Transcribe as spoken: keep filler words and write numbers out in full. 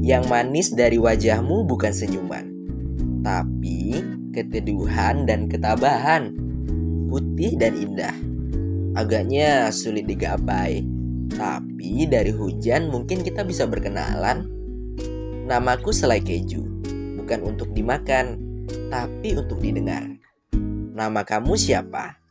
Yang manis dari wajahmu bukan senyuman, tapi keteduhan dan ketabahan. Putih dan indah, agaknya sulit digapai, tapi dari hujan mungkin kita bisa berkenalan. Namaku selai keju, bukan untuk dimakan, tapi untuk didengar. Nama kamu siapa?